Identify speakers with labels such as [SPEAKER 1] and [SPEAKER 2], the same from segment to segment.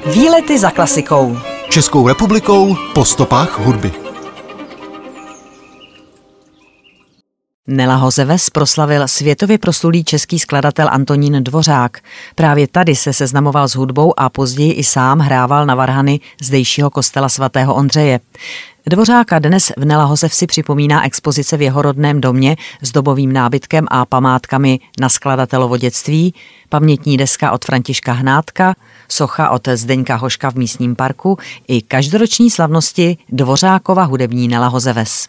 [SPEAKER 1] Výlety za klasikou.
[SPEAKER 2] Českou republikou po stopách hudby.
[SPEAKER 1] Nela Hozeves proslavil světově proslulý český skladatel Antonín Dvořák. Právě tady se seznamoval s hudbou a později i sám hrával na varhany zdejšího kostela svatého Ondřeje. Dvořáka dnes v Nela Hozevsi připomíná expozice v jeho rodném domě s dobovým nábytkem a památkami na skladatelovo dětství, pamětní deska od Františka Hnátka, socha od Zdeňka Hoška v místním parku i každoroční slavnosti Dvořákova hudební Nela Hozeves.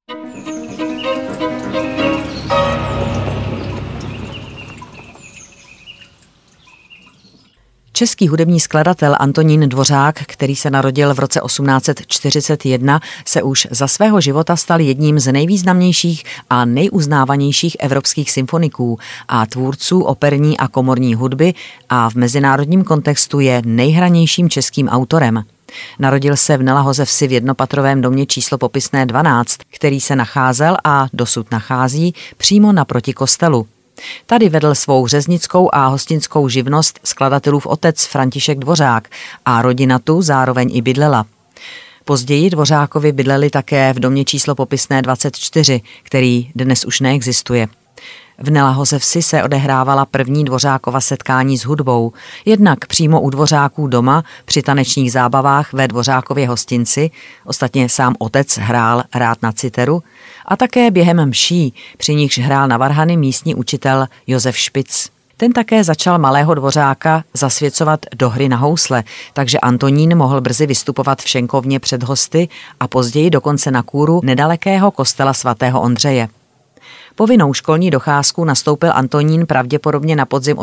[SPEAKER 1] Český hudební skladatel Antonín Dvořák, který se narodil v roce 1841, se už za svého života stal jedním z nejvýznamnějších a nejuznávanějších evropských symfoniků a tvůrců operní a komorní hudby a v mezinárodním kontextu je nejhranějším českým autorem. Narodil se v Nela Hozevsi v jednopatrovém domě číslo popisné 12, který se nacházel a dosud nachází přímo naproti kostelu. Tady vedl svou řeznickou a hostinskou živnost skladatelův otec František Dvořák a rodina tu zároveň i bydlela. Později Dvořákovi bydleli také v domě číslo popisné 24, který dnes už neexistuje. V Nela Hozevsi se odehrávala první Dvořákova setkání s hudbou, jednak přímo u Dvořáků doma při tanečních zábavách ve Dvořákově hostinci, ostatně sám otec hrál rád na citeru, a také během mší, při nichž hrál na varhany místní učitel Josef Špic. Ten také začal malého Dvořáka zasvěcovat do hry na housle, takže Antonín mohl brzy vystupovat v šenkovně před hosty a později dokonce na kůru nedalekého kostela svatého Ondřeje. Povinnou školní docházku nastoupil Antonín pravděpodobně na podzim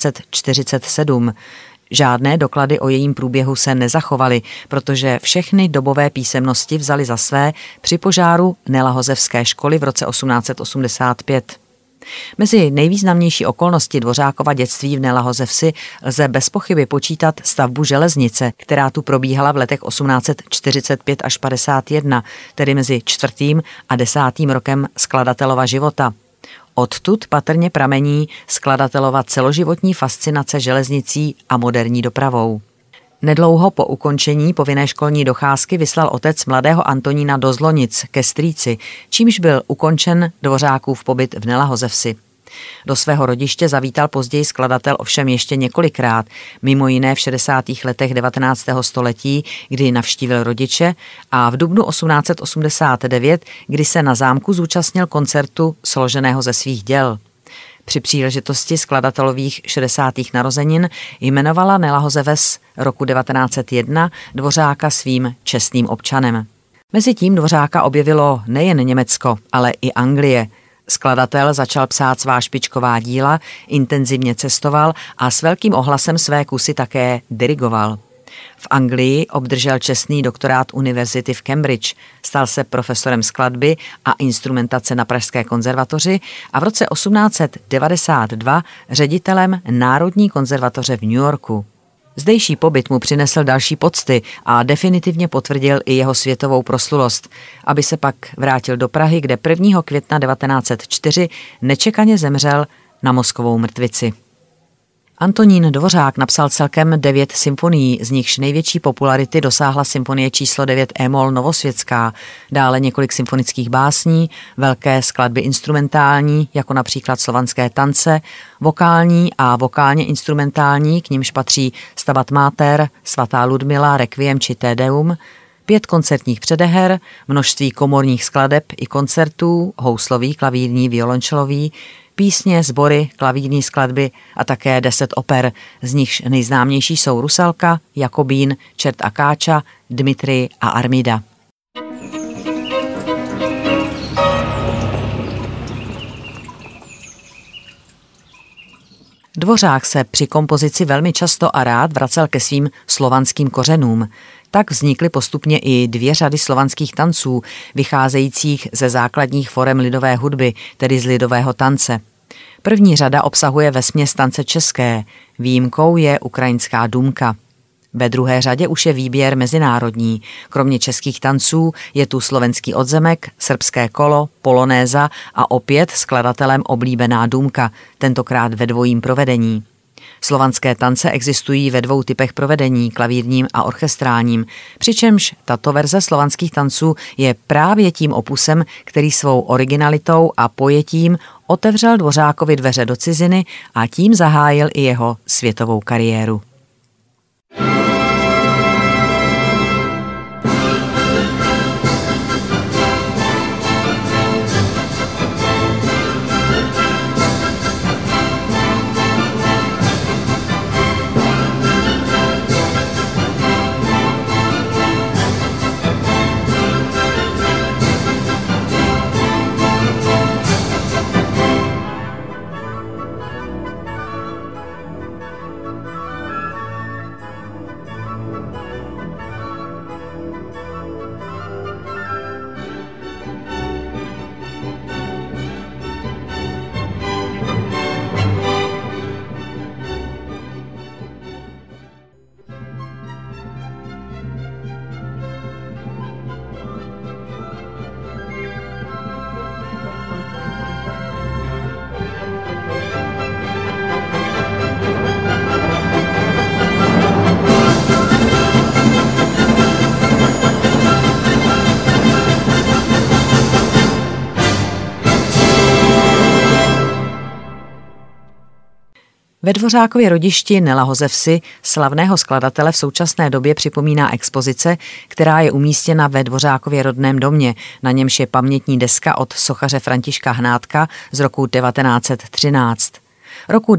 [SPEAKER 1] 1847. Žádné doklady o jejím průběhu se nezachovaly, protože všechny dobové písemnosti vzali za své při požáru Nela Hozevské školy v roce 1885. Mezi nejvýznamnější okolnosti Dvořákova dětství v Nela Hozevsi lze bez pochyby počítat stavbu železnice, která tu probíhala v letech 1845 až 51, tedy mezi 4. a 10. rokem skladatelova života. Odtud patrně pramení skladatelova celoživotní fascinace železnicí a moderní dopravou. Nedlouho po ukončení povinné školní docházky vyslal otec mladého Antonína do Zlonic ke strýci, čímž byl ukončen Dvořákův pobyt v Nela Hozevsi. Do svého rodiště zavítal později skladatel ovšem ještě několikrát, mimo jiné v 60. letech 19. století, kdy navštívil rodiče, a v dubnu 1889, kdy se na zámku zúčastnil koncertu složeného ze svých děl. Při příležitosti skladatelových 60. narozenin jmenovala Nela Hozeves roku 1901 Dvořáka svým čestným občanem. Mezitím Dvořáka objevilo nejen Německo, ale i Anglie. Skladatel začal psát svá špičková díla, intenzivně cestoval a s velkým ohlasem své kusy také dirigoval. V Anglii obdržel čestný doktorát univerzity v Cambridge, stal se profesorem skladby a instrumentace na Pražské konzervatoři a v roce 1892 ředitelem Národní konzervatoře v New Yorku. Zdejší pobyt mu přinesl další pocty a definitivně potvrdil i jeho světovou proslulost, aby se pak vrátil do Prahy, kde 1. května 1904 nečekaně zemřel na mozkovou mrtvici. Antonín Dvořák napsal celkem 9 symfonií, z nichž největší popularity dosáhla symfonie číslo 9 E-moll Novosvětská, dále několik symfonických básní, velké skladby instrumentální, jako například Slovanské tance, vokální a vokálně instrumentální, k nimž patří Stabat Mater, Svatá Ludmila, Requiem či Te Deum, 5 koncertních předeher, množství komorních skladeb i koncertů, houslový, klavírní, violončelový, písně, sbory, klavírní skladby a také 10 oper, z nichž nejznámější jsou Rusalka, Jakobín, Čert a Káča, Dmitri a Armida. Dvořák se při kompozici velmi často a rád vracel ke svým slovanským kořenům. Tak vznikly postupně i 2 řady slovanských tanců, vycházejících ze základních forem lidové hudby, tedy z lidového tance. První řada obsahuje vesměs tance české, výjimkou je ukrajinská dumka. Ve druhé řadě už je výběr mezinárodní. Kromě českých tanců je tu slovenský odzemek, srbské kolo, polonéza a opět skladatelem oblíbená dumka, tentokrát ve dvojím provedení. Slovanské tance existují ve 2 typech provedení, klavírním a orchestrálním, přičemž tato verze slovanských tanců je právě tím opusem, který svou originalitou a pojetím otevřel Dvořákovi dveře do ciziny a tím zahájil i jeho světovou kariéru. Ve Dvořákově rodišti Nelahoze vsi slavného skladatele v současné době připomíná expozice, která je umístěna ve Dvořákově rodném domě, na němž je pamětní deska od sochaře Františka Hnátka z roku 1913. Roku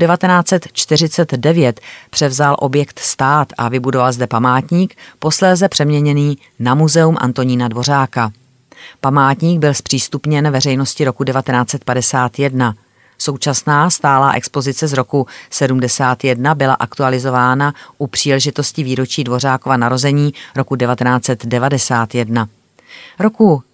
[SPEAKER 1] 1949 převzal objekt stát a vybudoval zde památník, posléze přeměněný na muzeum Antonína Dvořáka. Památník byl zpřístupněn veřejnosti roku 1951. Současná stálá expozice z roku 71 byla aktualizována u příležitosti výročí Dvořákova narození roku 1991. Roku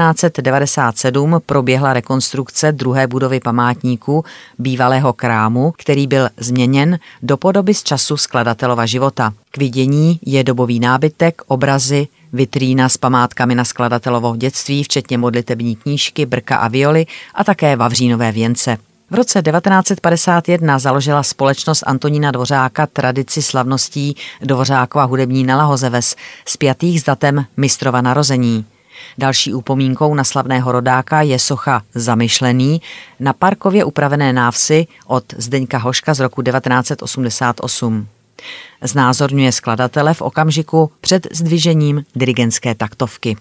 [SPEAKER 1] 1997 proběhla rekonstrukce druhé budovy památníku, bývalého krámu, který byl změněn do podoby z času skladatelova života. K vidění je dobový nábytek, obrazy, vitrína s památkami na skladatelovo dětství, včetně modlitební knížky, brka a violy a také vavřínové věnce. V roce 1951 založila společnost Antonína Dvořáka tradici slavností Dvořákova hudební Nelahoze ves, spjatých s datem mistrova narození. Další upomínkou na slavného rodáka je socha Zamyšlený na parkově upravené návsi od Zdeňka Hoška z roku 1988. Znázorňuje skladatele v okamžiku před zdvižením dirigentské taktovky.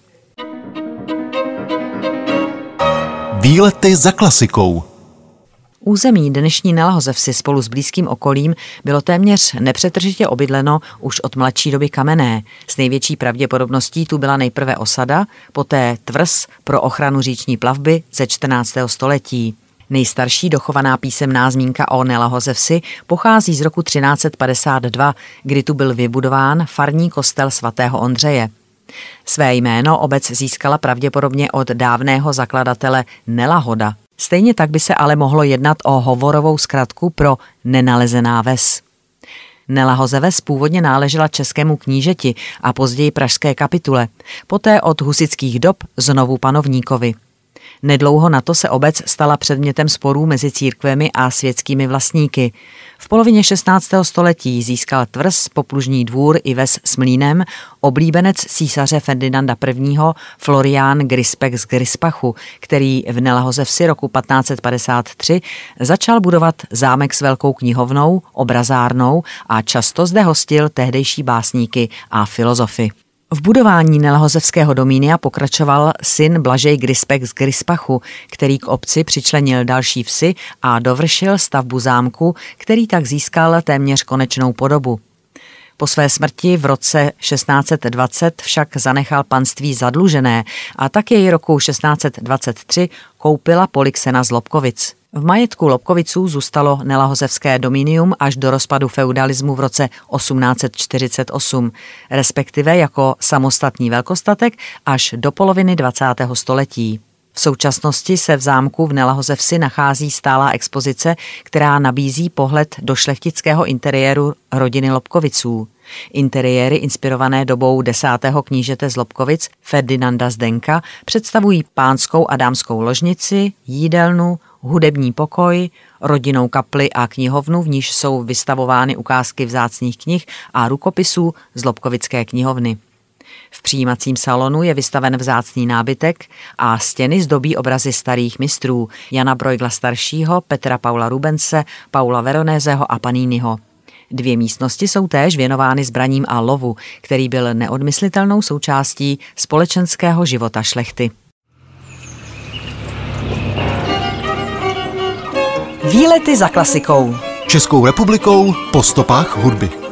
[SPEAKER 2] Výlety za klasikou.
[SPEAKER 1] Území dnešní Nelahoze vsi spolu s blízkým okolím bylo téměř nepřetržitě obydleno už od mladší doby kamenné. S největší pravděpodobností tu byla nejprve osada, poté tvrz pro ochranu říční plavby ze 14. století. Nejstarší dochovaná písemná zmínka o Nelahoze vsi pochází z roku 1352, kdy tu byl vybudován farní kostel svatého Ondřeje. Své jméno obec získala pravděpodobně od dávného zakladatele Nelahoda. Stejně tak by se ale mohlo jednat o hovorovou zkratku pro nenalezená ves. Nelahoze ves původně náležela českému knížeti a později pražské kapitule, poté od husitských dob znovu panovníkovi. Nedlouho na to se obec stala předmětem sporů mezi církvemi a světskými vlastníky. V polovině 16. století získal tvrz, poplužní dvůr i ves s mlýnem oblíbenec císaře Ferdinanda I. Florián Grispek z Grispachu, který v Nelahoze vsi roku 1553 začal budovat zámek s velkou knihovnou, obrazárnou a často zde hostil tehdejší básníky a filozofy. V budování nelahozevského domínia pokračoval syn Blažej Grispek z Grispachu, který k obci přičlenil další vsi a dovršil stavbu zámku, který tak získal téměř konečnou podobu. Po své smrti v roce 1620 však zanechal panství zadlužené a tak jej roku 1623 koupila Polixena z Lobkovic. V majetku Lobkoviců zůstalo nelahozevské dominium až do rozpadu feudalismu v roce 1848, respektive jako samostatný velkostatek až do poloviny 20. století. V současnosti se v zámku v Nelahoze vsi nachází stálá expozice, která nabízí pohled do šlechtického interiéru rodiny Lobkoviců. Interiéry inspirované dobou 10. knížete z Lobkovic Ferdinanda Zdenka představují pánskou a dámskou ložnici, jídelnu, hudební pokoj, rodinnou kapli a knihovnu, v níž jsou vystavovány ukázky vzácných knih a rukopisů z Lobkovické knihovny. V přijímacím salonu je vystaven vzácný nábytek a stěny zdobí obrazy starých mistrů Jana Bruegela staršího, Petra Paula Rubense, Paula Veronéseho a Paniniho. 2 místnosti jsou též věnovány zbraním a lovu, který byl neodmyslitelnou součástí společenského života šlechty.
[SPEAKER 3] Výlety za klasikou.
[SPEAKER 2] Českou republikou po stopách hudby.